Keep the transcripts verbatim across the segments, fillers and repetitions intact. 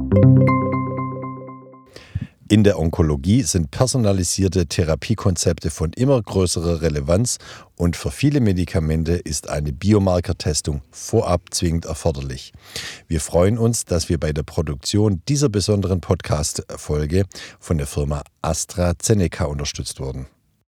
In der Onkologie sind personalisierte Therapiekonzepte von immer größerer Relevanz und für viele Medikamente ist eine Biomarkertestung vorab zwingend erforderlich. Wir freuen uns, dass wir bei der Produktion dieser besonderen Podcast-Folge von der Firma AstraZeneca unterstützt wurden.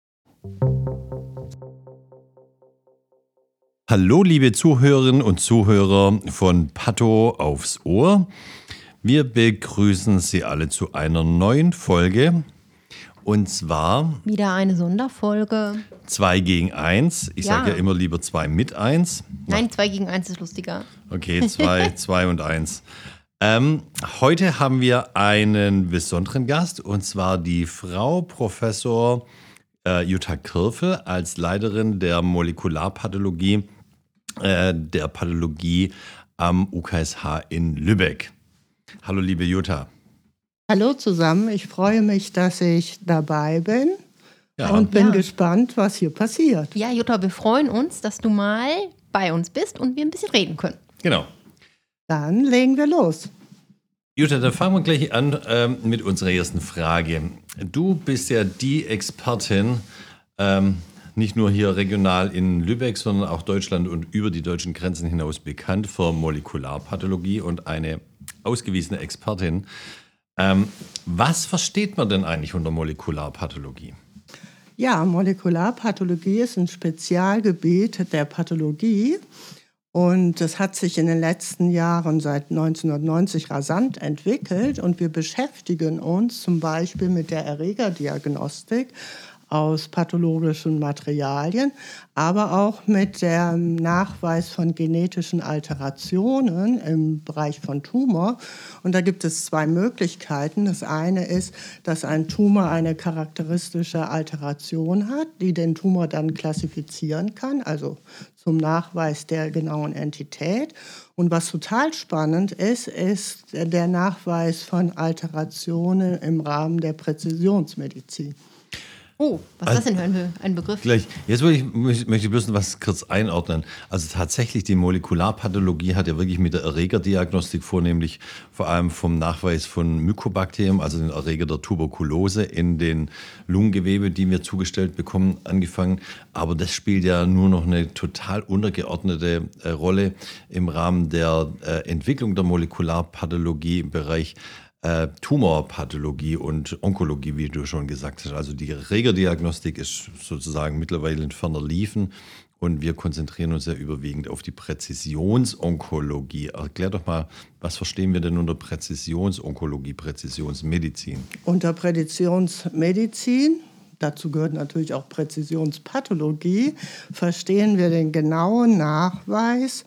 Hallo liebe Zuhörerinnen und Zuhörer von Patho aufs Ohr. Wir begrüßen Sie alle zu einer neuen Folge und zwar wieder eine Sonderfolge. zwei gegen eins. Ich Ja. sage ja immer lieber zwei mit eins. Nein, zwei gegen eins ist lustiger. Okay, zwei, zwei und eins. Ähm, heute haben wir einen besonderen Gast und zwar die Frau Professor äh, Jutta Kirfel als Leiterin der Molekularpathologie äh, der Pathologie am U K S H in Lübeck. Hallo liebe Jutta. Hallo zusammen, ich freue mich, dass ich dabei bin Ja. und bin Ja. gespannt, was hier passiert. Ja, Jutta, wir freuen uns, dass du mal bei uns bist und wir ein bisschen reden können. Genau. Dann legen wir los. Jutta, dann fangen wir gleich an ähm, mit unserer ersten Frage. Du bist ja die Expertin, ähm, nicht nur hier regional in Lübeck, sondern auch Deutschland und über die deutschen Grenzen hinaus bekannt für Molekularpathologie und eine ausgewiesene Expertin. Ähm, was versteht man denn eigentlich unter Molekularpathologie? Ja, Molekularpathologie ist ein Spezialgebiet der Pathologie und es hat sich in den letzten Jahren seit neunzehnhundertneunzig rasant entwickelt und wir beschäftigen uns zum Beispiel mit der Erregerdiagnostik aus pathologischen Materialien, aber auch mit dem Nachweis von genetischen Alterationen im Bereich von Tumor. Und da gibt es zwei Möglichkeiten. Das eine ist, dass ein Tumor eine charakteristische Alteration hat, die den Tumor dann klassifizieren kann, also zum Nachweis der genauen Entität. Und was total spannend ist, ist der Nachweis von Alterationen im Rahmen der Präzisionsmedizin. Oh, was ist das denn für ein, ein Begriff? Gleich. Jetzt will ich, möchte ich bloß was kurz einordnen. Also tatsächlich, die Molekularpathologie hat ja wirklich mit der Erregerdiagnostik vornehmlich vor allem vom Nachweis von Mykobakterien, also den Erreger der Tuberkulose in den Lungengewebe, die wir zugestellt bekommen, angefangen. Aber das spielt ja nur noch eine total untergeordnete äh, Rolle im Rahmen der äh, Entwicklung der Molekularpathologie im Bereich Äh, Tumorpathologie und Onkologie, wie du schon gesagt hast. Also die Erregerdiagnostik ist sozusagen mittlerweile in ferner Liefen und wir konzentrieren uns ja überwiegend auf die Präzisionsonkologie. Erklär doch mal, was verstehen wir denn unter Präzisionsonkologie, Präzisionsmedizin? Unter Präzisionsmedizin, dazu gehört natürlich auch Präzisionspathologie, verstehen wir den genauen Nachweis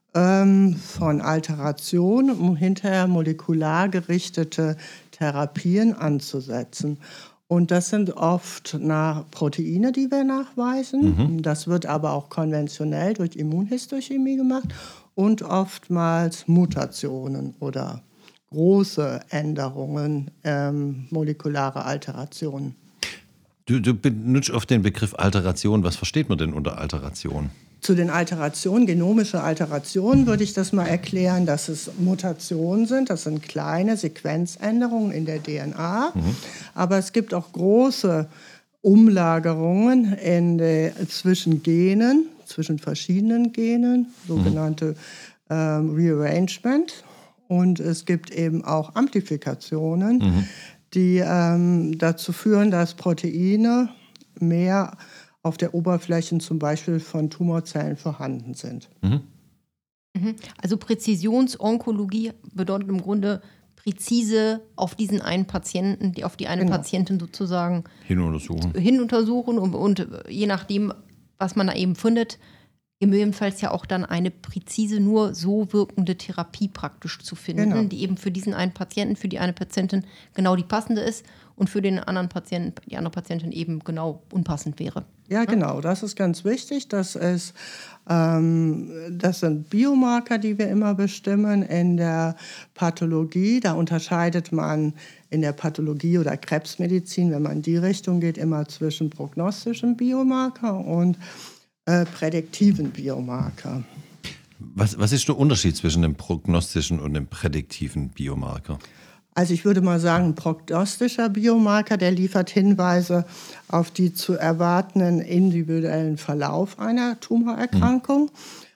von Alteration, um hinterher molekular gerichtete Therapien anzusetzen. Und das sind oft nach Proteine, die wir nachweisen. Mhm. Das wird aber auch konventionell durch Immunhistochemie gemacht und oftmals Mutationen oder große Änderungen, ähm, molekulare Alterationen. Du, du benutzt oft den Begriff Alteration. Was versteht man denn unter Alteration? Zu den Alterationen, genomische Alterationen, würde ich das mal erklären, dass es Mutationen sind. Das sind kleine Sequenzänderungen in der D N A. Mhm. Aber es gibt auch große Umlagerungen in der, zwischen Genen, zwischen verschiedenen Genen, sogenannte mhm. ähm, Rearrangement. Und es gibt eben auch Amplifikationen, mhm. die ähm, dazu führen, dass Proteine mehr auf der Oberfläche zum Beispiel von Tumorzellen vorhanden sind. Mhm. Also Präzisionsonkologie bedeutet im Grunde präzise auf diesen einen Patienten, die auf die eine genau. Patientin sozusagen hinuntersuchen, hinuntersuchen und, und je nachdem, was man da eben findet, gegebenenfalls ja auch dann eine präzise, nur so wirkende Therapie praktisch zu finden, genau. die eben für diesen einen Patienten, für die eine Patientin genau die passende ist und für den anderen Patienten, die andere Patientin eben genau unpassend wäre. Ja, genau, das ist ganz wichtig. Das, ist, ähm, das sind Biomarker, die wir immer bestimmen in der Pathologie. Da unterscheidet man in der Pathologie oder Krebsmedizin, wenn man in die Richtung geht, immer zwischen prognostischen Biomarker und äh, prädiktiven Biomarker. Was, was ist der Unterschied zwischen dem prognostischen und dem prädiktiven Biomarker? Also ich würde mal sagen, ein prognostischer Biomarker, der liefert Hinweise auf die zu erwartenden individuellen Verlauf einer Tumorerkrankung. Mhm.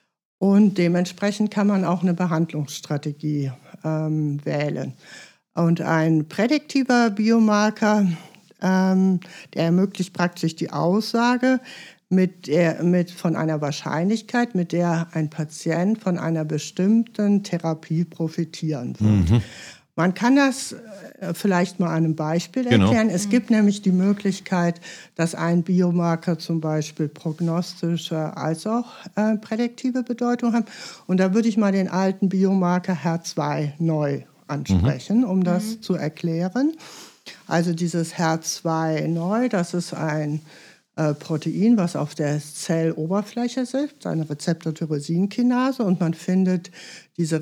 Und dementsprechend kann man auch eine Behandlungsstrategie ähm, wählen. Und ein prädiktiver Biomarker, ähm, der ermöglicht praktisch die Aussage mit der, mit, von einer Wahrscheinlichkeit, mit der ein Patient von einer bestimmten Therapie profitieren wird. Mhm. Man kann das vielleicht mal an einem Beispiel erklären. Genau. Es gibt nämlich die Möglichkeit, dass ein Biomarker zum Beispiel prognostische als auch äh, prädiktive Bedeutung hat. Und da würde ich mal den alten Biomarker H E R zwei neu ansprechen, mhm. um das mhm. zu erklären. Also dieses H E R zwei neu, das ist ein äh, Protein, was auf der Zelloberfläche sitzt, eine Rezeptor-Tyrosinkinase. Und man findet diese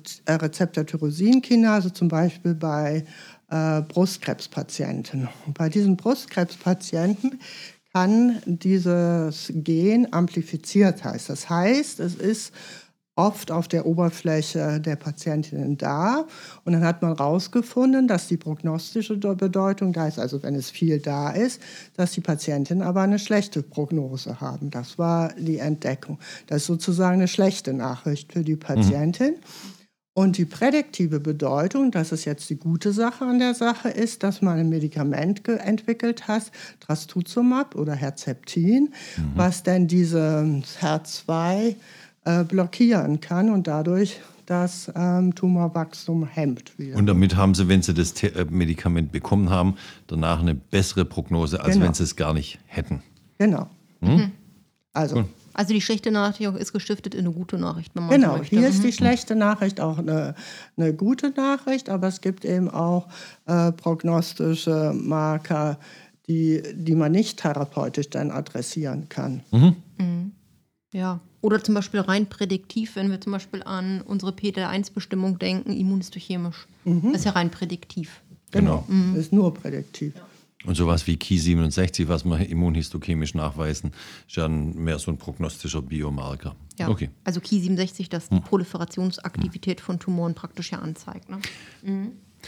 Rezeptor-Tyrosinkinase zum Beispiel bei äh, Brustkrebspatienten. Und bei diesen Brustkrebspatienten kann dieses Gen amplifiziert heißt. Das heißt, es ist oft auf der Oberfläche der Patientinnen da. Und dann hat man herausgefunden, dass die prognostische Bedeutung da ist, also wenn es viel da ist, dass die Patientinnen aber eine schlechte Prognose haben. Das war die Entdeckung. Das ist sozusagen eine schlechte Nachricht für die Patientin. Mhm. Und die prädiktive Bedeutung, das ist jetzt die gute Sache an der Sache, ist, dass man ein Medikament entwickelt hat, Trastuzumab oder Herceptin, mhm. was denn dieses H E R zwei blockieren kann und dadurch das ähm, Tumorwachstum hemmt. Wieder. Und damit haben Sie, wenn Sie das Te- Medikament bekommen haben, danach eine bessere Prognose, als genau. wenn Sie es gar nicht hätten. Genau. Hm? Also. Cool. Also die schlechte Nachricht ist gestiftet in eine gute Nachricht. Wenn man genau, so hier mhm. ist die schlechte Nachricht auch eine, eine gute Nachricht, aber es gibt eben auch äh, prognostische Marker, die, die man nicht therapeutisch dann adressieren kann. Mhm. Mhm. Ja, oder zum Beispiel rein prädiktiv, wenn wir zum Beispiel an unsere P D eins Bestimmung denken, immunhistochemisch. Mhm. Das ist ja rein prädiktiv. Genau, mhm. das ist nur prädiktiv. Ja. Und sowas wie Ki siebenundsechzig, was wir immunhistochemisch nachweisen, ist ja mehr so ein prognostischer Biomarker. Ja, okay. Also Ki siebenundsechzig, das die Proliferationsaktivität von Tumoren praktisch ja anzeigt. Ne? Mhm.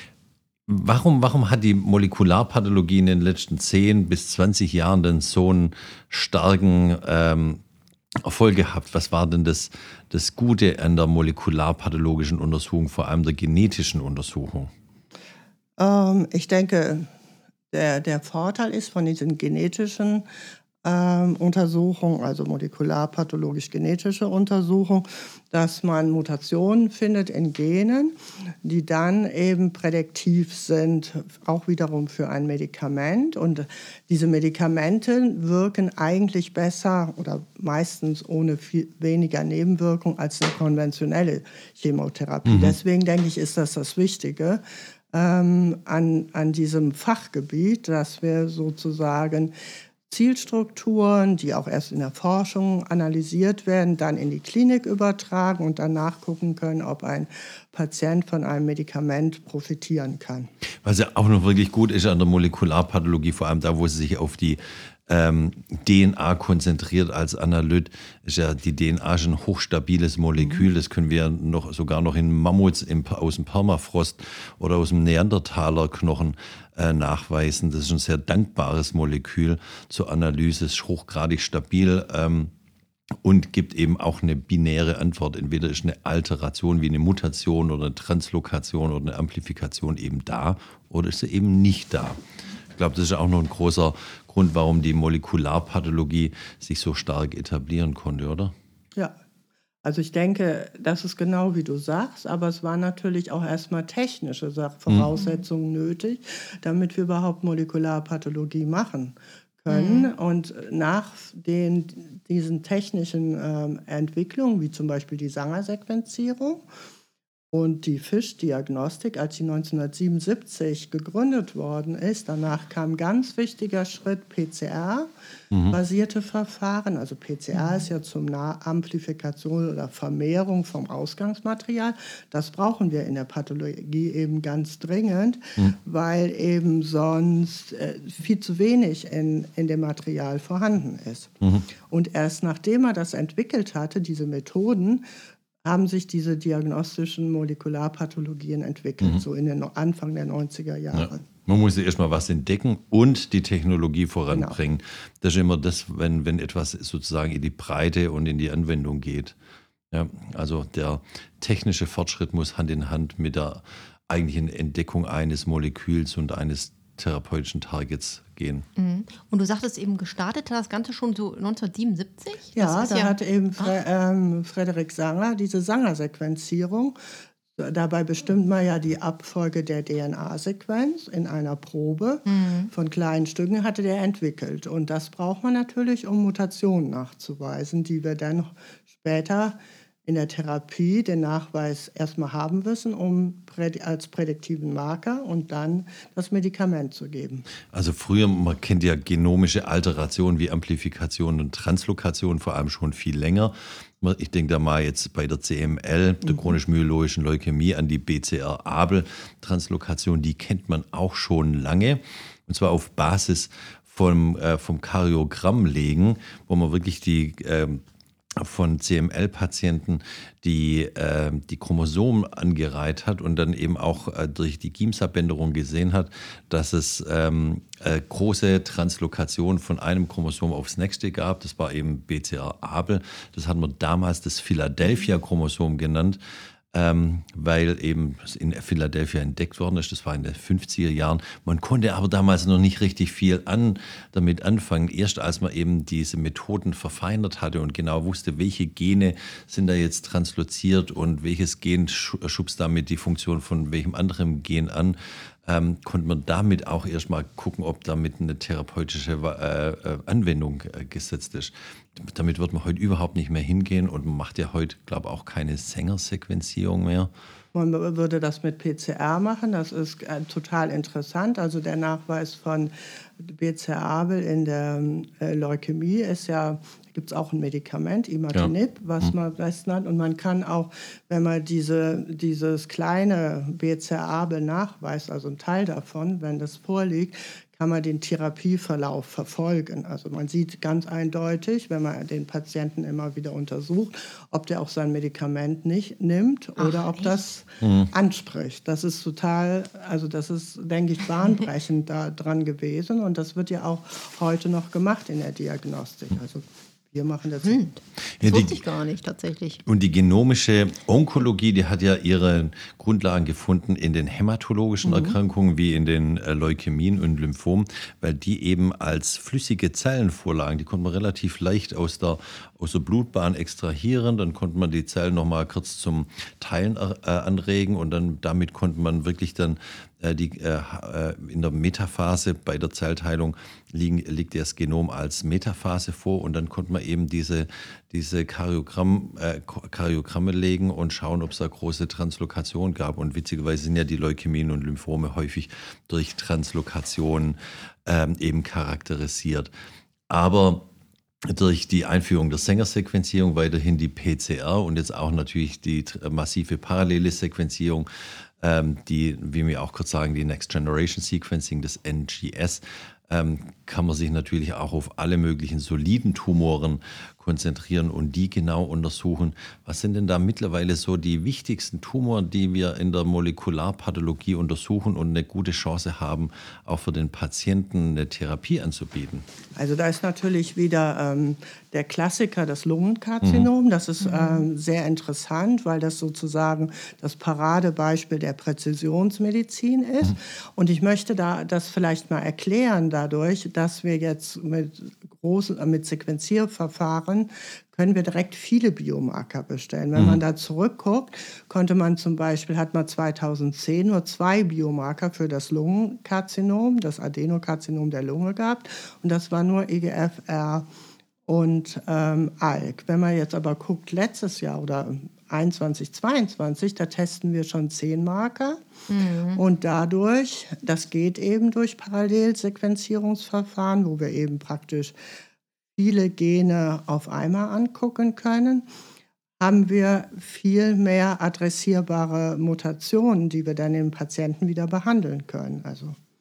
Warum, warum hat die Molekularpathologie in den letzten zehn bis zwanzig Jahren denn so einen starken ähm, Erfolg gehabt? Was war denn das, das Gute an der molekularpathologischen Untersuchung, vor allem der genetischen Untersuchung? Ähm, ich denke, der, der Vorteil ist von diesen genetischen ähm, Untersuchungen, also molekularpathologisch-genetische Untersuchungen, dass man Mutationen findet in Genen, die dann eben prädiktiv sind, auch wiederum für ein Medikament. Und diese Medikamente wirken eigentlich besser oder meistens ohne viel weniger Nebenwirkung als eine konventionelle Chemotherapie. Mhm. Deswegen denke ich, ist das das Wichtige ähm, an, an diesem Fachgebiet, dass wir sozusagen Zielstrukturen, die auch erst in der Forschung analysiert werden, dann in die Klinik übertragen und dann nachgucken können, ob ein Patient von einem Medikament profitieren kann. Was ja auch noch wirklich gut ist an der Molekularpathologie, vor allem da, wo sie sich auf die ähm, D N A konzentriert als Analyt, ist ja die D N A schon ein hochstabiles Molekül. Mhm. Das können wir noch, sogar noch in Mammuts im, aus dem Permafrost oder aus dem Neandertalerknochen äh, nachweisen. Das ist ein sehr dankbares Molekül zur Analyse, ist hochgradig stabil ähm, und gibt eben auch eine binäre Antwort. Entweder ist eine Alteration wie eine Mutation oder eine Translokation oder eine Amplifikation eben da oder ist sie eben nicht da. Ich glaube, das ist auch noch ein großer Grund, warum die Molekularpathologie sich so stark etablieren konnte, oder? Ja, also ich denke, das ist genau wie du sagst, aber es waren natürlich auch erstmal technische Voraussetzungen mhm. nötig, damit wir überhaupt Molekularpathologie machen können. Mhm. Und nach den, diesen technischen ähm, Entwicklungen, wie zum Beispiel die Sanger-Sequenzierung, und die Fisch-Diagnostik, als sie neunzehnhundertsiebenundsiebzig gegründet worden ist, danach kam ein ganz wichtiger Schritt P C R-basierte mhm. Verfahren. Also P C R mhm. ist ja zum Amplifikation oder Vermehrung vom Ausgangsmaterial. Das brauchen wir in der Pathologie eben ganz dringend, mhm. weil eben sonst äh, viel zu wenig in, in dem Material vorhanden ist. Mhm. Und erst nachdem er das entwickelt hatte, diese Methoden, haben sich diese diagnostischen Molekularpathologien entwickelt, mhm. so in den Anfang der neunziger Jahre. Ja. Man muss ja erstmal was entdecken und die Technologie voranbringen. Genau. Das ist immer das, wenn, wenn etwas sozusagen in die Breite und in die Anwendung geht. Ja, also der technische Fortschritt muss Hand in Hand mit der eigentlichen Entdeckung eines Moleküls und eines therapeutischen Targets gehen. Mhm. Und du sagtest eben, gestartet hat das Ganze schon so neunzehnhundertsiebenundsiebzig? Ja, da ja hat eben Fre- ähm, Frederik Sanger diese Sanger-Sequenzierung. Dabei bestimmt man ja die Abfolge der D N A-Sequenz in einer Probe. Mhm. Von kleinen Stücken hatte der entwickelt. Und das braucht man natürlich, um Mutationen nachzuweisen, die wir dann später in der Therapie den Nachweis erstmal haben müssen, um als prädiktiven Marker und dann das Medikament zu geben. Also früher, man kennt ja genomische Alterationen wie Amplifikation und Translokation vor allem schon viel länger. Ich denke da mal jetzt bei der C M L, der mhm. chronisch-myeloischen Leukämie, an die B C R-Abel-Translokation. Die kennt man auch schon lange. Und zwar auf Basis vom, äh, vom Karyogramm legen, wo man wirklich die äh, von C M L-Patienten die, äh, die Chromosomen angereiht hat und dann eben auch äh, durch die Giemsa-Bänderung gesehen hat, dass es ähm, äh, große Translokationen von einem Chromosom aufs nächste gab. Das war eben B C R-Abel. Das hat man damals das Philadelphia-Chromosom genannt, ähm, weil eben in Philadelphia entdeckt worden ist. Das war in den fünfziger Jahren. Man konnte aber damals noch nicht richtig viel an, damit anfangen. Erst als man eben diese Methoden verfeinert hatte und genau wusste, welche Gene sind da jetzt transloziert und welches Gen schubst damit die Funktion von welchem anderen Gen an, ähm, konnte man damit auch erstmal gucken, ob damit eine therapeutische äh, äh, Anwendung äh, gesetzt ist. Damit wird man heute überhaupt nicht mehr hingehen und man macht ja heute, glaube ich, auch keine Sanger-Sequenzierung mehr. Man würde das mit P C R machen, das ist äh, total interessant. Also der Nachweis von B C R-Abel in der äh, Leukämie ist ja, gibt es auch ein Medikament, Imatinib, ja. was man besten hat. Und man kann auch, wenn man diese, dieses kleine B C R-Abel nachweist, also ein Teil davon, wenn das vorliegt, kann man den Therapieverlauf verfolgen. Also man sieht ganz eindeutig, wenn man den Patienten immer wieder untersucht, ob der auch sein Medikament nicht nimmt oder Ach, ob echt? das mhm. anspricht. Das ist total, also das ist, denke ich, bahnbrechend da dran gewesen und das wird ja auch heute noch gemacht in der Diagnostik. Also wir machen das. Hm. Das ja, wusste ich gar nicht tatsächlich. Und die genomische Onkologie, die hat ja ihre Grundlagen gefunden in den hämatologischen mhm. Erkrankungen wie in den äh, Leukämien und Lymphomen, weil die eben als flüssige Zellen vorlagen. Die konnte man relativ leicht aus der, aus der Blutbahn extrahieren. Dann konnte man die Zellen noch mal kurz zum Teilen äh, anregen und dann damit konnte man wirklich dann Die, äh, in der Metaphase bei der Zellteilung liegen, liegt das Genom als Metaphase vor und dann konnte man eben diese, diese Karyogramm, äh, Karyogramme legen und schauen, ob es da große Translokation gab. Und witzigerweise sind ja die Leukämien und Lymphome häufig durch Translokation ähm, eben charakterisiert. Aber durch die Einführung der Sanger-Sequenzierung, weiterhin die P C R und jetzt auch natürlich die massive parallele Sequenzierung, ähm, die, wie wir auch kurz sagen, die Next Generation Sequencing, das N G S, ähm, kann man sich natürlich auch auf alle möglichen soliden Tumoren konzentrieren und die genau untersuchen. Was sind denn da mittlerweile so die wichtigsten Tumoren, die wir in der Molekularpathologie untersuchen und eine gute Chance haben, auch für den Patienten eine Therapie anzubieten? Also da ist natürlich wieder ähm, der Klassiker, das Lungenkarzinom. Mhm. Das ist ähm, sehr interessant, weil das sozusagen das Paradebeispiel der Präzisionsmedizin ist. Mhm. Und ich möchte da das vielleicht mal erklären dadurch, dass wir jetzt mit großen, äh, mit Sequenzierverfahren können wir direkt viele Biomarker bestellen. Wenn mhm. man da zurückguckt, konnte man zum Beispiel, hat man zweitausendzehn nur zwei Biomarker für das Lungenkarzinom, das Adenokarzinom der Lunge gehabt. Und das war nur E G F R und ähm, A L K. Wenn man jetzt aber guckt, letztes Jahr oder einundzwanzig, zweiundzwanzig, da testen wir schon zehn Marker. Mhm. Und dadurch, das geht eben durch Parallelsequenzierungsverfahren, wo wir eben praktisch viele Gene auf einmal angucken können, haben wir viel mehr adressierbare Mutationen, die wir dann im Patienten wieder behandeln können. Also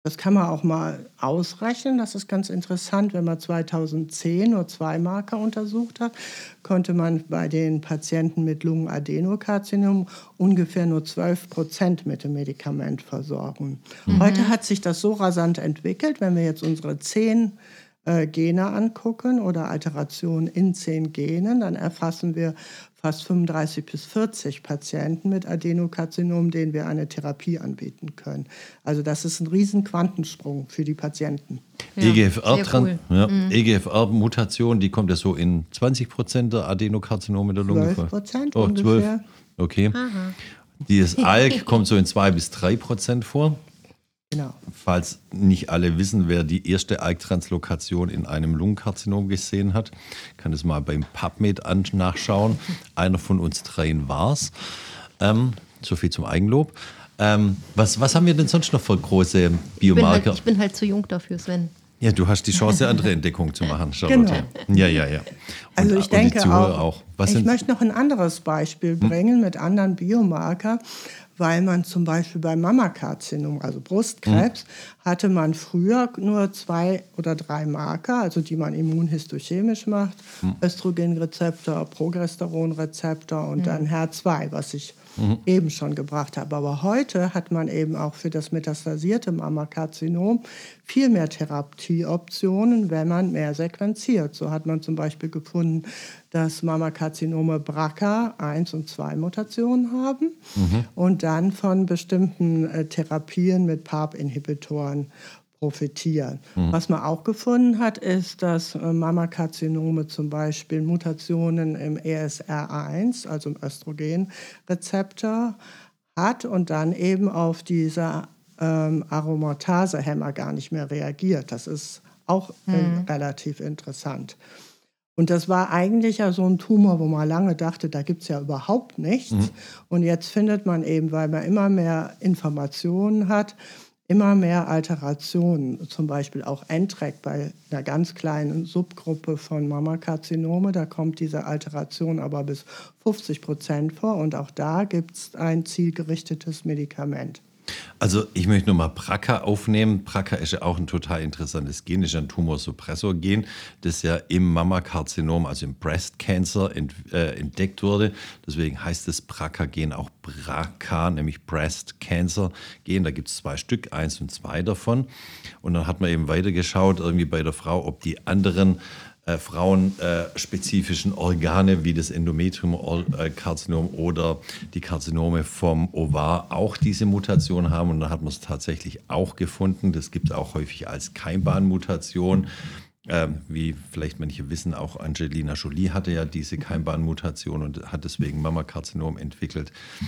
Das kann man auch mal ausrechnen. Das ist ganz interessant. Wenn man zweitausendzehn nur zwei Marker untersucht hat, konnte man bei den Patienten mit Lungenadenokarzinom ungefähr nur zwölf Prozent mit dem Medikament versorgen. Mhm. Heute hat sich das so rasant entwickelt, wenn wir jetzt unsere zehn äh, Gene angucken oder Alterationen in zehn Genen, dann erfassen wir fast fünfunddreißig bis vierzig Patienten mit Adenokarzinom, denen wir eine Therapie anbieten können. Also das ist ein riesen Quantensprung für die Patienten. Ja, E G F R, cool. ja, mhm. E G F R-Mutation, die kommt ja so in zwanzig Prozent der Adenokarzinome der Lunge vor. zwölf Prozent oh, ungefähr. zwölf. Okay. Aha. Dieses A L K kommt so in zwei bis drei Prozent vor. Genau. Falls nicht alle wissen, wer die erste A L K-Translokation in einem Lungenkarzinom gesehen hat, kann es mal beim PubMed nachschauen. Einer von uns dreien war es. Ähm, so viel zum Eigenlob. Ähm, was, was haben wir denn sonst noch für große Biomarker? Ich bin halt, ich bin halt zu jung dafür, Sven. Ja, du hast die Chance, andere Entdeckungen zu machen, Charlotte. Genau. Ja, ja, ja. Und, also ich denke auch, auch. Was ich sind, möchte noch ein anderes Beispiel bringen hm? mit anderen Biomarker, weil man zum Beispiel beim Mammakarzinom, also Brustkrebs, hm. hatte man früher nur zwei oder drei Marker, also die man immunhistochemisch macht, hm. Östrogenrezeptor, Progesteronrezeptor und hm. dann H E R zwei, was ich mhm. eben schon gebracht habe. Aber heute hat man eben auch für das metastasierte Mammakarzinom viel mehr Therapieoptionen, wenn man mehr sequenziert. So hat man zum Beispiel gefunden, dass Mammakarzinome B R C A eins und zwei Mutationen haben mhm. und dann von bestimmten äh, Therapien mit P A R P-Inhibitoren profitieren. Mhm. Was man auch gefunden hat, ist, dass äh, Mammakarzinome zum Beispiel Mutationen im E S R eins, also im Östrogenrezeptor, hat und dann eben auf diese ähm, Aromatase-Hämmer gar nicht mehr reagiert. Das ist auch mhm. äh, relativ interessant. Und das war eigentlich ja so ein Tumor, wo man lange dachte, da gibt es ja überhaupt nichts. Mhm. Und jetzt findet man eben, weil man immer mehr Informationen hat, immer mehr Alterationen, zum Beispiel auch N T R E C bei einer ganz kleinen Subgruppe von Mammakarzinome. Da kommt diese Alteration aber bis fünfzig Prozent vor und auch da gibt es ein zielgerichtetes Medikament. Also ich möchte nochmal B R C A aufnehmen. B R C A ist ja auch ein total interessantes Gen, ist ja ein Tumorsuppressor-Gen, das ja im Mammakarzinom, also im Breast Cancer ent, äh, entdeckt wurde. Deswegen heißt das B R C A-Gen auch B R C A, nämlich Breast Cancer-Gen. Da gibt es zwei Stück, eins und zwei davon. Und dann hat man eben weitergeschaut, irgendwie bei der Frau, ob die anderen Äh, frauenspezifischen äh, Organe wie das Endometriumkarzinom oder die Karzinome vom Ovar auch diese Mutation haben. Und da hat man es tatsächlich auch gefunden. Das gibt es auch häufig als Keimbahnmutation. Ähm, wie vielleicht manche wissen, auch Angelina Jolie hatte ja diese Keimbahnmutation und hat deswegen Mammakarzinom entwickelt.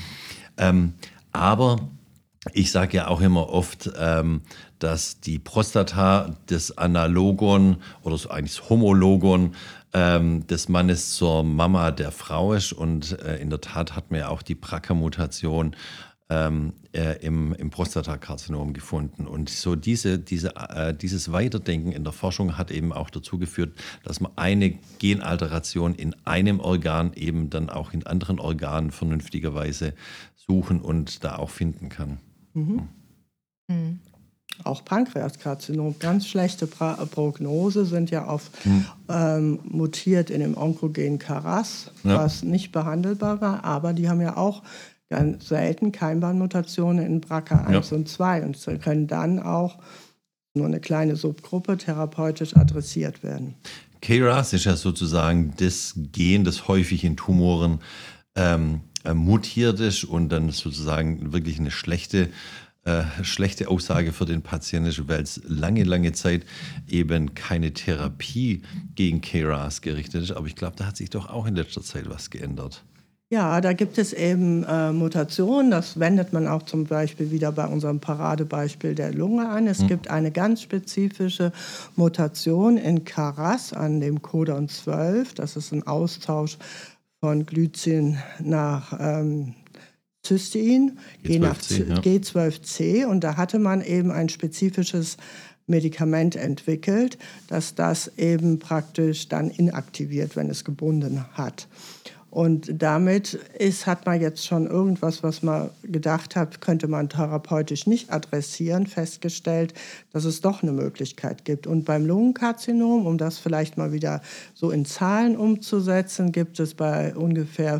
Ähm, aber ich sage ja auch immer oft, ähm, dass die Prostata des Analogon oder so eigentlich das Homologon ähm, des Mannes zur Mama der Frau ist. Und äh, in der Tat hat man ja auch die B R C A-Mutation ähm, äh, im, im Prostatakarzinom gefunden. Und so diese, diese, äh, dieses Weiterdenken in der Forschung hat eben auch dazu geführt, dass man eine Genalteration in einem Organ eben dann auch in anderen Organen vernünftigerweise suchen und da auch finden kann. Mhm. Mhm. Auch Pankreaskarzinom, ganz schlechte pra- Prognose, sind ja oft mhm. ähm, mutiert in dem Onkogen K R A S, ja. was nicht behandelbar war, aber die haben ja auch ganz selten Keimbahnmutationen in B R C A eins ja. und zwei und können dann auch nur eine kleine Subgruppe therapeutisch adressiert werden. K R A S ist ja sozusagen das Gen, das häufig in Tumoren ähm, mutiert ist und dann sozusagen wirklich eine schlechte, äh, schlechte Aussage für den Patienten ist, weil es lange, lange Zeit eben keine Therapie gegen K R A S gerichtet ist. Aber ich glaube, da hat sich doch auch in letzter Zeit was geändert. Ja, da gibt es eben äh, Mutationen, das wendet man auch zum Beispiel wieder bei unserem Paradebeispiel der Lunge an. Es hm. gibt eine ganz spezifische Mutation in K R A S an dem Codon zwölf, das ist ein Austausch von Glycin nach ähm, Cystein, G zwölf C. Und da hatte man eben ein spezifisches Medikament entwickelt, das das eben praktisch dann inaktiviert, wenn es gebunden hat. Und damit ist, hat man jetzt schon irgendwas, was man gedacht hat, könnte man therapeutisch nicht adressieren, festgestellt, dass es doch eine Möglichkeit gibt. Und beim Lungenkarzinom, um das vielleicht mal wieder so in Zahlen umzusetzen, gibt es bei ungefähr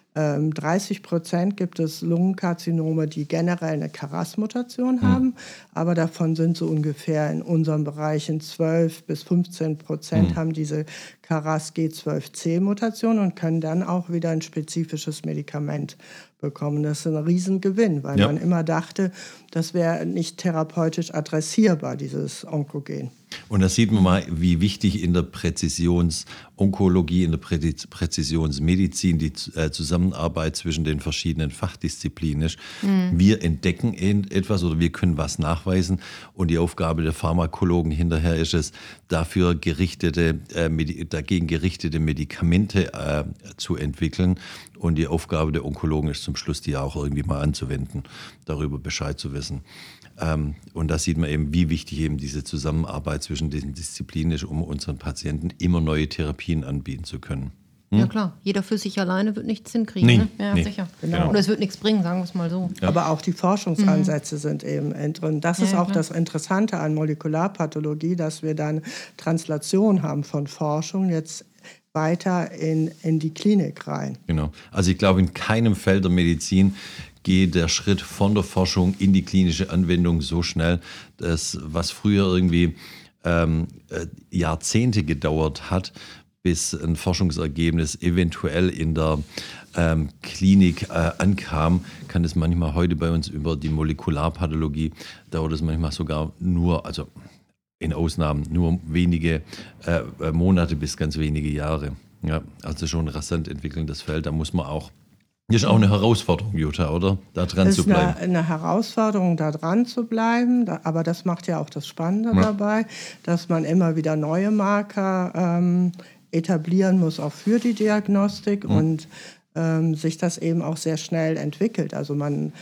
dreißig Prozent gibt es Lungenkarzinome, die generell eine K R A S-Mutation haben, mhm. aber davon sind so ungefähr in unserem Bereich in zwölf bis fünfzehn Prozent mhm. haben diese K R A S G zwölf C-Mutation und können dann auch wieder ein spezifisches Medikament bekommen. Das ist ein Riesengewinn, weil ja. man immer dachte, das wäre nicht therapeutisch adressierbar, dieses Onkogen. Und da sieht man mal, wie wichtig in der Präzisionsonkologie, in der Prä- Präzisionsmedizin die äh, Zusammenarbeit zwischen den verschiedenen Fachdisziplinen ist. Mhm. Wir entdecken etwas oder wir können was nachweisen und die Aufgabe der Pharmakologen hinterher ist es, dafür gerichtete, äh, Medi- dagegen gerichtete Medikamente äh, zu entwickeln. Und die Aufgabe der Onkologen ist zum Schluss, die auch irgendwie mal anzuwenden, darüber Bescheid zu wissen. Ähm, und da sieht man eben, wie wichtig eben diese Zusammenarbeit zwischen diesen Disziplinen ist, um unseren Patienten immer neue Therapien anbieten zu können. Hm? Ja klar, jeder für sich alleine wird nichts hinkriegen. Nee, ne? Ja, nee, sicher. Genau. Oder es wird nichts bringen, sagen wir es mal so. Ja. Aber auch die Forschungsansätze mhm. sind eben drin. Das ist ja, auch klar. das Interessante an Molekularpathologie, dass wir dann Translation haben von Forschung jetzt weiter in, in die Klinik rein. Genau. Also ich glaube, in keinem Feld der Medizin geht der Schritt von der Forschung in die klinische Anwendung so schnell, dass was früher irgendwie ähm, Jahrzehnte gedauert hat, bis ein Forschungsergebnis eventuell in der ähm, Klinik äh, ankam, kann es manchmal heute bei uns über die Molekularpathologie, dauert es manchmal sogar nur, also in Ausnahmen nur wenige äh, Monate bis ganz wenige Jahre. Ja, also schon ein rasant entwickelndes Feld. Da muss man auch, das ist auch eine Herausforderung, Jutta, oder? Da dran zu bleiben. Es ist eine, eine Herausforderung, da dran zu bleiben. Da, aber das macht ja auch das Spannende ja. dabei, dass man immer wieder neue Marker ähm, etablieren muss, auch für die Diagnostik mhm. und ähm, sich das eben auch sehr schnell entwickelt. Also man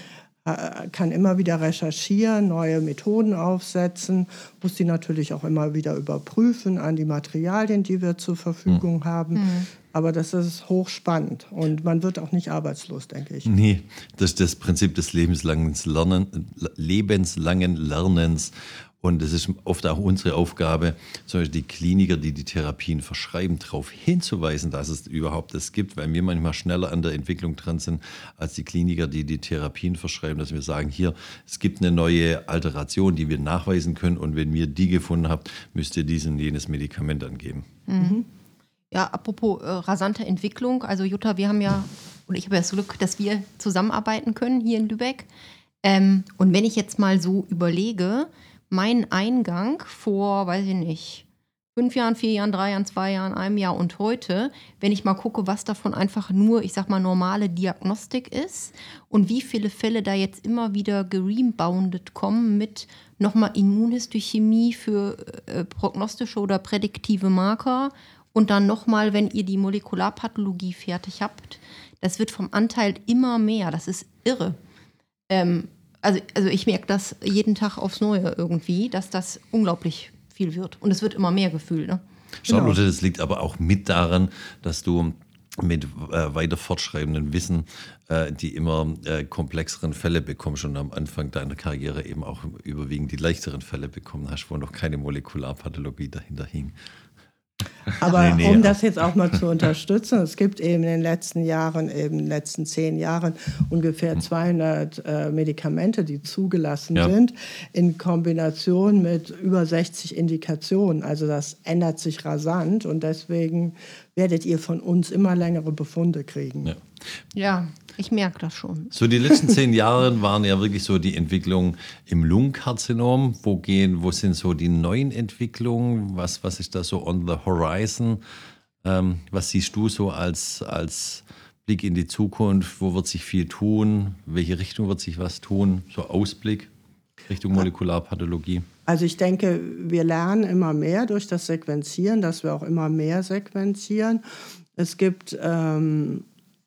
kann immer wieder recherchieren, neue Methoden aufsetzen, muss die natürlich auch immer wieder überprüfen an die Materialien, die wir zur Verfügung mhm. haben. Mhm. Aber das ist hochspannend und man wird auch nicht arbeitslos, denke ich. Nee, das ist das Prinzip des lebenslangen, Lernen, lebenslangen Lernens. Und es ist oft auch unsere Aufgabe, zum Beispiel die Kliniker, die die Therapien verschreiben, darauf hinzuweisen, dass es überhaupt das gibt, weil wir manchmal schneller an der Entwicklung dran sind, als die Kliniker, die die Therapien verschreiben, dass wir sagen, hier, es gibt eine neue Alteration, die wir nachweisen können und wenn ihr die gefunden habt, müsst ihr dies und jenes Medikament angeben. Mhm. Ja, apropos äh, rasante Entwicklung, also Jutta, wir haben ja, und ich habe ja das Glück, dass wir zusammenarbeiten können hier in Lübeck. Ähm, und wenn ich jetzt mal so überlege, mein Eingang vor, weiß ich nicht, fünf Jahren, vier Jahren, drei Jahren, zwei Jahren, einem Jahr und heute, wenn ich mal gucke, was davon einfach nur, ich sag mal, normale Diagnostik ist und wie viele Fälle da jetzt immer wieder gereboundet kommen mit nochmal Immunhistochemie für äh, prognostische oder prädiktive Marker und dann nochmal, wenn ihr die Molekularpathologie fertig habt, das wird vom Anteil immer mehr, das ist irre. Ähm, Also, also ich merke das jeden Tag aufs Neue irgendwie, dass das unglaublich viel wird. Und es wird immer mehr gefühlt. Ne? Charlotte, genau. Das liegt aber auch mit daran, dass du mit äh, weiter fortschreibendem Wissen äh, die immer äh, komplexeren Fälle bekommst und am Anfang deiner Karriere eben auch überwiegend die leichteren Fälle bekommen hast, wo noch keine Molekularpathologie dahinter hing. Aber nee, nee, um das jetzt auch mal zu unterstützen, es gibt eben in den letzten Jahren, eben in den letzten zehn Jahren ungefähr zweihundert äh, Medikamente, die zugelassen ja. sind, in Kombination mit über sechzig Indikationen. Also das ändert sich rasant und deswegen werdet ihr von uns immer längere Befunde kriegen. Ja, ja ich merke das schon. So die letzten zehn Jahre waren ja wirklich so die Entwicklung im Lungenkarzinom. Wo gehen, wo sind so die neuen Entwicklungen? Was, was ist da so on the horizon? Ähm, was siehst du so als, als Blick in die Zukunft? Wo wird sich viel tun? Welche Richtung wird sich was tun? So Ausblick Richtung Molekularpathologie. Also ich denke, wir lernen immer mehr durch das Sequenzieren, dass wir auch immer mehr sequenzieren. Es gibt ähm,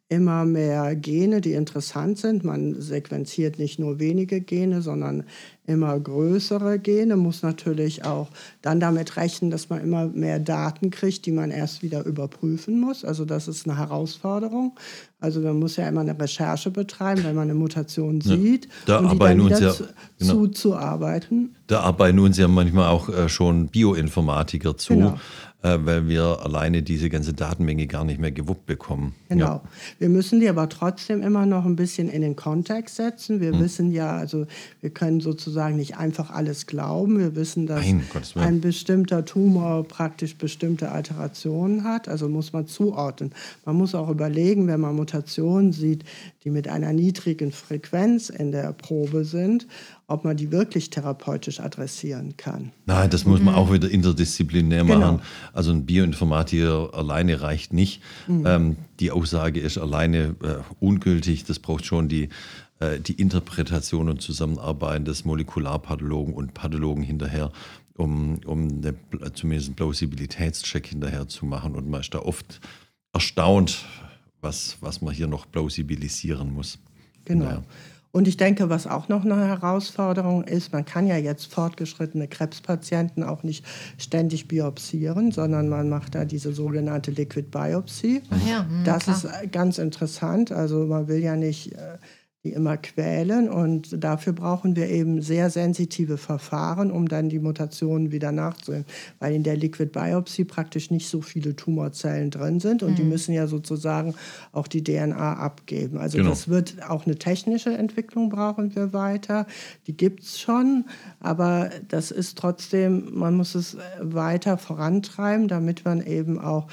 immer mehr Gene, die interessant sind. Man sequenziert nicht nur wenige Gene, sondern immer größere Gene, muss natürlich auch dann damit rechnen, dass man immer mehr Daten kriegt, die man erst wieder überprüfen muss. Also das ist eine Herausforderung. Also man muss ja immer eine Recherche betreiben, wenn man eine Mutation sieht, ja, und die dann wieder ja, zu, genau. zuzuarbeiten. Da arbeiten uns ja manchmal auch äh, schon Bioinformatiker zu, genau. äh, weil wir alleine diese ganze Datenmenge gar nicht mehr gewuppt bekommen. Genau. Ja. Wir müssen die aber trotzdem immer noch ein bisschen in den Kontext setzen. Wir hm. wissen ja, also wir können sozusagen nicht einfach alles glauben. Wir wissen, dass Nein, ein bestimmter Tumor praktisch bestimmte Alterationen hat. Also muss man zuordnen. Man muss auch überlegen, wenn man Mutationen sieht, die mit einer niedrigen Frequenz in der Probe sind, ob man die wirklich therapeutisch adressieren kann. Nein, das muss man mhm. auch wieder interdisziplinär machen. Genau. Also ein Bioinformatiker alleine reicht nicht. Mhm. Ähm, die Aussage ist alleine äh, ungültig. Das braucht schon die, äh, die Interpretation und Zusammenarbeit des Molekularpathologen und Pathologen hinterher, um, um eine, zumindest einen Plausibilitätscheck hinterher zu machen. Und man ist da oft erstaunt, was, was man hier noch plausibilisieren muss. Genau. Hinterher. Und ich denke, was auch noch eine Herausforderung ist, man kann ja jetzt fortgeschrittene Krebspatienten auch nicht ständig biopsieren, sondern man macht da diese sogenannte Liquid Biopsy. Ach ja, mh, das klar. ist ganz interessant. Also man will ja nicht äh, die immer quälen, und dafür brauchen wir eben sehr sensitive Verfahren, um dann die Mutationen wieder nachzuholen, weil in der Liquid Biopsy praktisch nicht so viele Tumorzellen drin sind, und mhm. die müssen ja sozusagen auch die D N A abgeben. Also genau. Das wird auch eine technische Entwicklung, brauchen wir weiter. Die gibt es schon, aber das ist trotzdem, man muss es weiter vorantreiben, damit man eben auch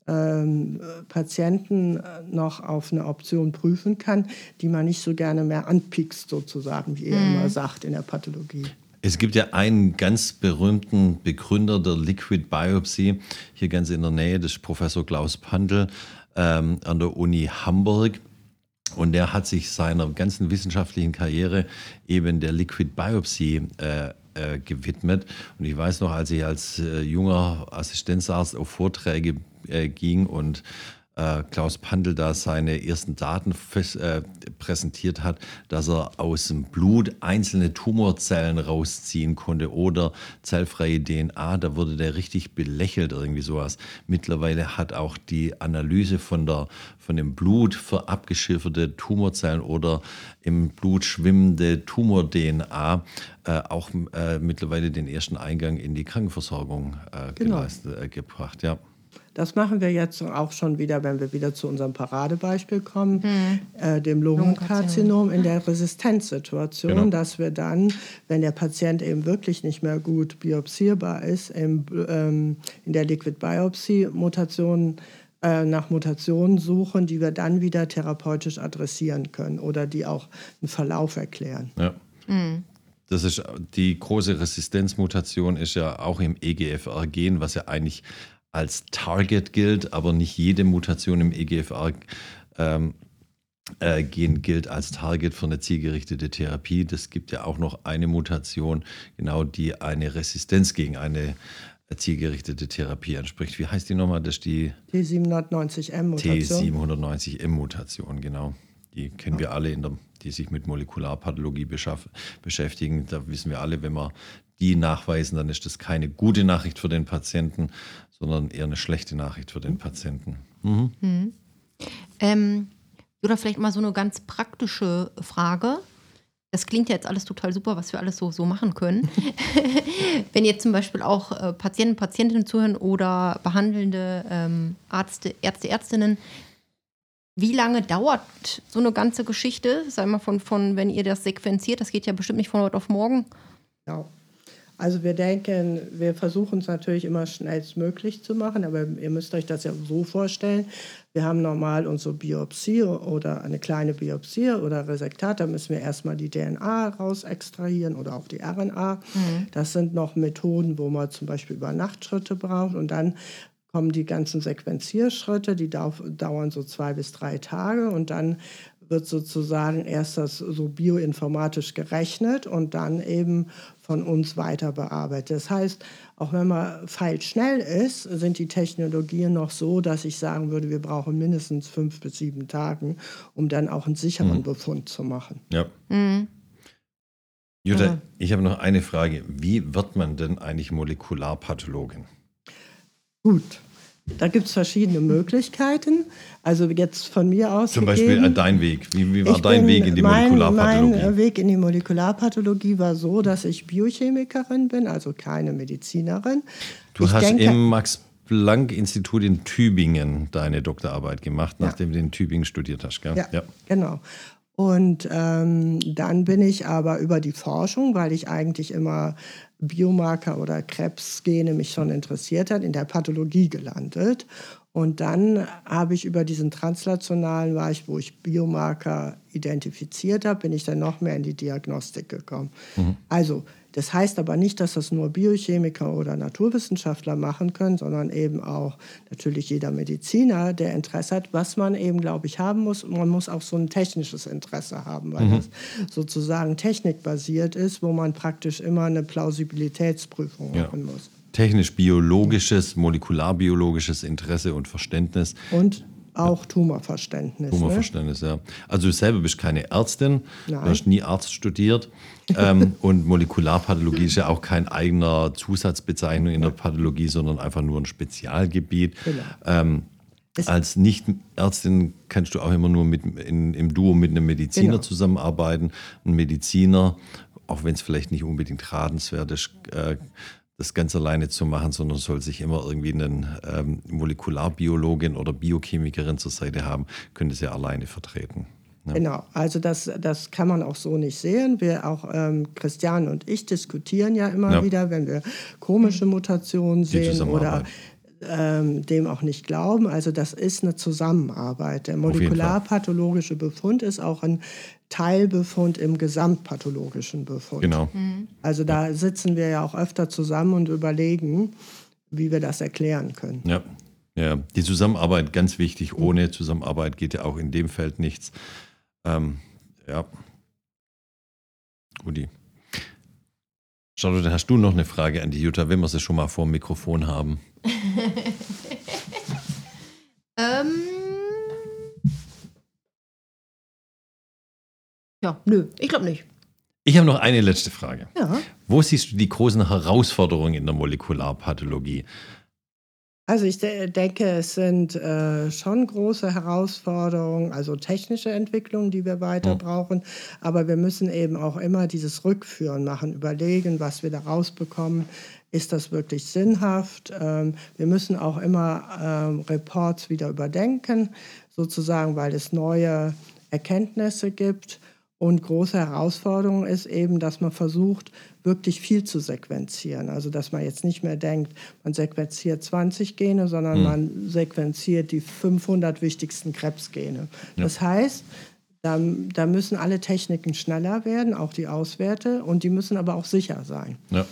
Ähm, Patienten noch auf eine Option prüfen kann, die man nicht so gerne mehr anpiekst, sozusagen, wie ihr mm. immer sagt in der Pathologie. Es gibt ja einen ganz berühmten Begründer der Liquid Biopsy, hier ganz in der Nähe, das ist Professor Klaus Pandl ähm, an der Uni Hamburg. Und der hat sich seiner ganzen wissenschaftlichen Karriere eben der Liquid Biopsy äh, äh, gewidmet. Und ich weiß noch, als ich als äh, junger Assistenzarzt auf Vorträge äh, ging und äh, Klaus Pandl da seine ersten Daten fest, äh, präsentiert hat, dass er aus dem Blut einzelne Tumorzellen rausziehen konnte oder zellfreie D N A, da wurde der richtig belächelt, irgendwie sowas. Mittlerweile hat auch die Analyse von, der, von dem Blut für abgeschirmte Tumorzellen oder im Blut schwimmende Tumor-D N A äh, auch äh, mittlerweile den ersten Eingang in die Krankenversorgung äh, genau. geleistet, äh, gebracht. Ja. Das machen wir jetzt auch schon wieder, wenn wir wieder zu unserem Paradebeispiel kommen, hm. äh, dem Lungenkarzinom in der Resistenzsituation, genau. dass wir dann, wenn der Patient eben wirklich nicht mehr gut biopsierbar ist, im, ähm, in der Liquid Biopsy Mutationen äh, nach Mutationen suchen, die wir dann wieder therapeutisch adressieren können oder die auch einen Verlauf erklären. Ja. Hm. Das ist die große Resistenzmutation, ist ja auch im E G F R-Gen, was ja eigentlich als Target gilt, aber nicht jede Mutation im E G F R-Gen ähm, äh, gilt als Target für eine zielgerichtete Therapie. Das gibt ja auch noch eine Mutation, genau, die eine Resistenz gegen eine zielgerichtete Therapie entspricht. Wie heißt die nochmal? Das ist die T siebenhundertneunzig M-Mutation. T siebenhundertneunzig M-Mutation, genau. Die kennen wir alle, in der, die sich mit Molekularpathologie beschäftigen. Da wissen wir alle, wenn wir die nachweisen, dann ist das keine gute Nachricht für den Patienten, sondern eher eine schlechte Nachricht für den Patienten. Mhm. Mhm. Ähm, oder vielleicht mal so eine ganz praktische Frage. Das klingt ja jetzt alles total super, was wir alles so, so machen können. Wenn jetzt zum Beispiel auch äh, Patienten, Patientinnen zuhören oder behandelnde ähm, Ärzte, Ärzte, Ärztinnen, wie lange dauert so eine ganze Geschichte? Sag mal, von, von, wenn ihr das sequenziert, das geht ja bestimmt nicht von heute auf morgen. Ja. Also wir denken, wir versuchen es natürlich immer schnellstmöglich zu machen, aber ihr müsst euch das ja so vorstellen. Wir haben normal unsere Biopsie oder eine kleine Biopsie oder Resektat, da müssen wir erstmal die D N A raus extrahieren oder auch die R N A. Mhm. Das sind noch Methoden, wo man zum Beispiel Übernachtschritte braucht, und dann kommen die ganzen Sequenzierschritte, die dauern so zwei bis drei Tage, und dann wird sozusagen erst das so bioinformatisch gerechnet und dann eben von uns weiter bearbeitet. Das heißt, auch wenn man feilschnell ist, sind die Technologien noch so, dass ich sagen würde, wir brauchen mindestens fünf bis sieben Tage, um dann auch einen sicheren mhm. Befund zu machen. Ja. Mhm. Jutta, ja. ich habe noch eine Frage. Wie wird man denn eigentlich Molekularpathologin? Gut. Da gibt es verschiedene Möglichkeiten. Also jetzt von mir aus Zum gegeben, Beispiel dein Weg. Wie, wie war dein Weg in die mein, Molekularpathologie? Mein Weg in die Molekularpathologie war so, dass ich Biochemikerin bin, also keine Medizinerin. Du ich hast denke, im Max-Planck-Institut in Tübingen deine Doktorarbeit gemacht, ja. nachdem du in Tübingen studiert hast. Gell? Ja, ja, genau. Und ähm, dann bin ich aber über die Forschung, weil ich eigentlich immer Biomarker oder Krebsgene mich schon interessiert hat, in der Pathologie gelandet. Und dann habe ich über diesen translationalen Bereich, wo ich Biomarker identifiziert habe, bin ich dann noch mehr in die Diagnostik gekommen. Mhm. Also das heißt aber nicht, dass das nur Biochemiker oder Naturwissenschaftler machen können, sondern eben auch natürlich jeder Mediziner, der Interesse hat, was man eben, glaube ich, haben muss. Man muss auch so ein technisches Interesse haben, weil mhm. das sozusagen technikbasiert ist, wo man praktisch immer eine Plausibilitätsprüfung ja. machen muss. Technisch-biologisches, molekularbiologisches Interesse und Verständnis. Und auch Tumorverständnis. Tumorverständnis, ne? ja. Also du selber bist keine Ärztin, Nein. du hast nie Arzt studiert. ähm, und Molekularpathologie ist ja auch kein eigener Zusatzbezeichnung in der Pathologie, sondern einfach nur ein Spezialgebiet. Genau. Ähm, als Nicht-Ärztin kannst du auch immer nur mit, in, im Duo mit einem Mediziner genau. zusammenarbeiten. Ein Mediziner, auch wenn es vielleicht nicht unbedingt ratenswert ist, äh, das ganz alleine zu machen, sondern soll sich immer irgendwie einen ähm, Molekularbiologin oder Biochemikerin zur Seite haben, könnte sie ja alleine vertreten. Ja. Genau, also das, das kann man auch so nicht sehen. Wir auch, ähm, Christian und ich diskutieren ja immer ja. wieder, wenn wir komische Mutationen sehen oder ähm, dem auch nicht glauben. Also das ist eine Zusammenarbeit. Der molekularpathologische Befund ist auch ein Teilbefund im gesamtpathologischen Befund. Genau. Mhm. Also da sitzen wir ja auch öfter zusammen und überlegen, wie wir das erklären können. Ja, ja. Die Zusammenarbeit ganz wichtig. Ohne Zusammenarbeit geht ja auch in dem Feld nichts. Ähm, ja. Guti. Charlotte, hast du noch eine Frage an die Jutta, wenn wir sie schon mal vor dem Mikrofon haben? ähm. Ja, nö, ich glaube nicht. Ich habe noch eine letzte Frage. Ja. Wo siehst du die großen Herausforderungen in der Molekularpathologie? Also ich de- denke, es sind äh, schon große Herausforderungen, also technische Entwicklungen, die wir weiter mhm. brauchen. Aber wir müssen eben auch immer dieses Rückführen machen, überlegen, was wir da rausbekommen. Ist das wirklich sinnhaft? Ähm, wir müssen auch immer ähm, Reports wieder überdenken, sozusagen, weil es neue Erkenntnisse gibt. Und große Herausforderung ist eben, dass man versucht, wirklich viel zu sequenzieren. Also dass man jetzt nicht mehr denkt, man sequenziert zwanzig Gene, sondern hm. man sequenziert die fünfhundert wichtigsten Krebsgene. Ja. Das heißt, da, da müssen alle Techniken schneller werden, auch die Auswerte, und die müssen aber auch sicher sein. Ja.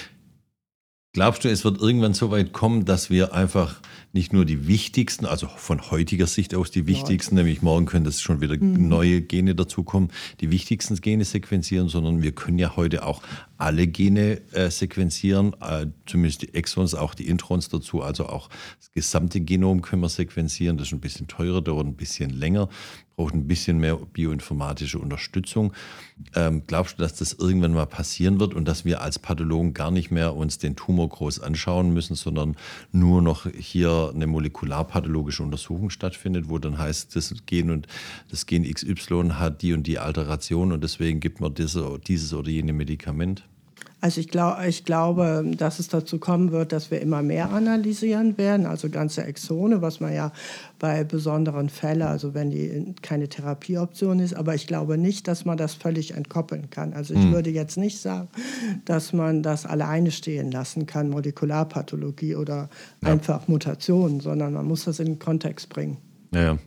Glaubst du, es wird irgendwann so weit kommen, dass wir einfach nicht nur die wichtigsten, also von heutiger Sicht aus die wichtigsten, ja. nämlich morgen können das schon wieder mhm. neue Gene dazukommen, die wichtigsten Gene sequenzieren, sondern wir können ja heute auch alle Gene äh, sequenzieren, äh, zumindest die Exons, auch die Introns dazu, also auch das gesamte Genom können wir sequenzieren. Das ist ein bisschen teurer, dauert ein bisschen länger, braucht ein bisschen mehr bioinformatische Unterstützung. Ähm, glaubst du, dass das irgendwann mal passieren wird und dass wir als Pathologen gar nicht mehr uns den Tumor groß anschauen müssen, sondern nur noch hier eine molekularpathologische Untersuchung stattfindet, wo dann heißt, das Gen und das Gen X Y hat die und die Alteration und deswegen gibt man diese, dieses oder jene Medikament? Also ich, glaub, ich glaube, dass es dazu kommen wird, dass wir immer mehr analysieren werden, also ganze Exone, was man ja bei besonderen Fällen, also wenn die keine Therapieoption ist, aber ich glaube nicht, dass man das völlig entkoppeln kann. Also ich hm. würde jetzt nicht sagen, dass man das alleine stehen lassen kann, Molekularpathologie oder ja. einfach Mutationen, sondern man muss das in den Kontext bringen. Ja, ja.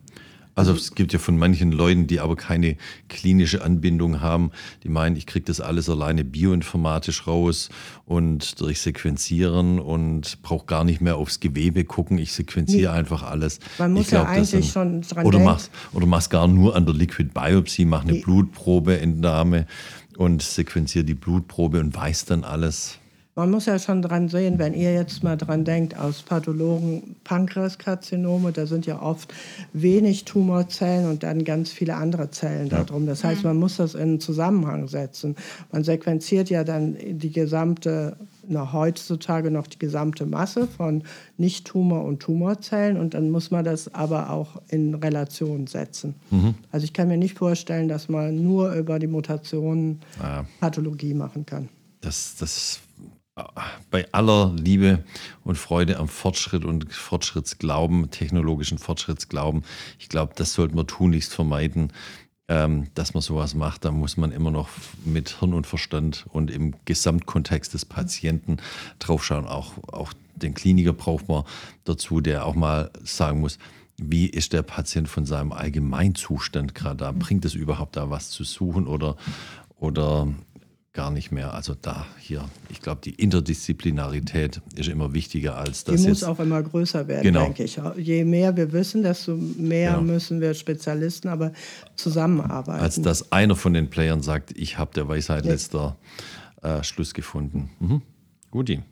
Also es gibt ja von manchen Leuten, die aber keine klinische Anbindung haben, die meinen, ich kriege das alles alleine bioinformatisch raus und durch Sequenzieren und brauche gar nicht mehr aufs Gewebe gucken, ich sequenziere nee. einfach alles. Man muss ich glaub, ja eigentlich dann, schon dran oder denken. Machst, oder machst gar nur an der Liquid Biopsy, mach eine nee. Blutprobeentnahme und sequenziere die Blutprobe und weiß dann alles. Man muss ja schon dran sehen, wenn ihr jetzt mal dran denkt, aus Pathologen Pankreaskarzinome, da sind ja oft wenig Tumorzellen und dann ganz viele andere Zellen ja. da drum. Das heißt, man muss das in einen Zusammenhang setzen. Man sequenziert ja dann die gesamte, na, heutzutage noch die gesamte Masse von Nicht-Tumor- und Tumorzellen und dann muss man das aber auch in Relation setzen. Mhm. Also ich kann mir nicht vorstellen, dass man nur über die Mutationen ja. Pathologie machen kann. Das, das bei aller Liebe und Freude am Fortschritt und Fortschrittsglauben, technologischen Fortschrittsglauben, ich glaube, das sollte man tunlichst vermeiden, ähm, dass man sowas macht. Da muss man immer noch mit Hirn und Verstand und im Gesamtkontext des Patienten draufschauen. Auch, auch den Kliniker braucht man dazu, der auch mal sagen muss, wie ist der Patient von seinem Allgemeinzustand gerade da? Bringt es überhaupt da was zu suchen oder, oder gar nicht mehr. Also da hier, ich glaube, die Interdisziplinarität ist immer wichtiger als das. Die muss jetzt, auch immer größer werden, genau. denke ich. Je mehr wir wissen, desto mehr genau. müssen wir Spezialisten aber zusammenarbeiten. Als dass einer von den Playern sagt, ich habe der Weisheit ja. letzter äh, Schluss gefunden. Mhm. Guti.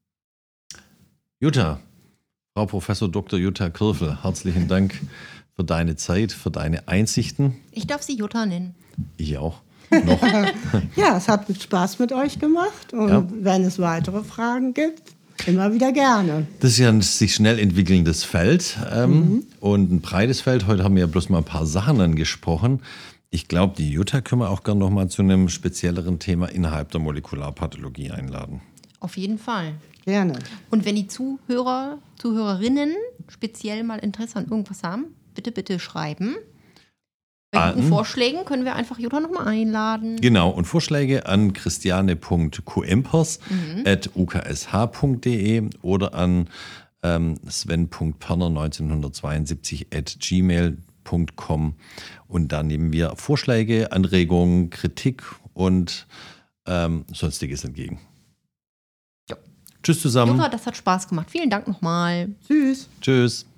Jutta, Frau Professor Doktor Jutta Kirfel, herzlichen Dank für deine Zeit, für deine Einsichten. Ich darf Sie Jutta nennen. Ich auch. Noch. Ja, es hat Spaß mit euch gemacht und ja. wenn es weitere Fragen gibt, immer wieder gerne. Das ist ja ein sich schnell entwickelndes Feld ähm, mhm. und ein breites Feld. Heute haben wir ja bloß mal ein paar Sachen angesprochen. Ich glaube, die Jutta können wir auch gerne noch mal zu einem spezielleren Thema innerhalb der Molekularpathologie einladen. Auf jeden Fall. Gerne. Und wenn die Zuhörer, Zuhörerinnen speziell mal Interesse an irgendwas haben, bitte, bitte schreiben. Bei guten Vorschlägen können wir einfach Jutta nochmal einladen. Genau, und Vorschläge an christiane punkt kuempers mhm. at u k s h punkt d e oder an ähm, sven punkt perner neunzehnhundertzweiundsiebzig at gmail punkt com. Und da nehmen wir Vorschläge, Anregungen, Kritik und ähm, Sonstiges entgegen. Ja. Tschüss zusammen. Jutta, das hat Spaß gemacht. Vielen Dank nochmal. Tschüss. Tschüss.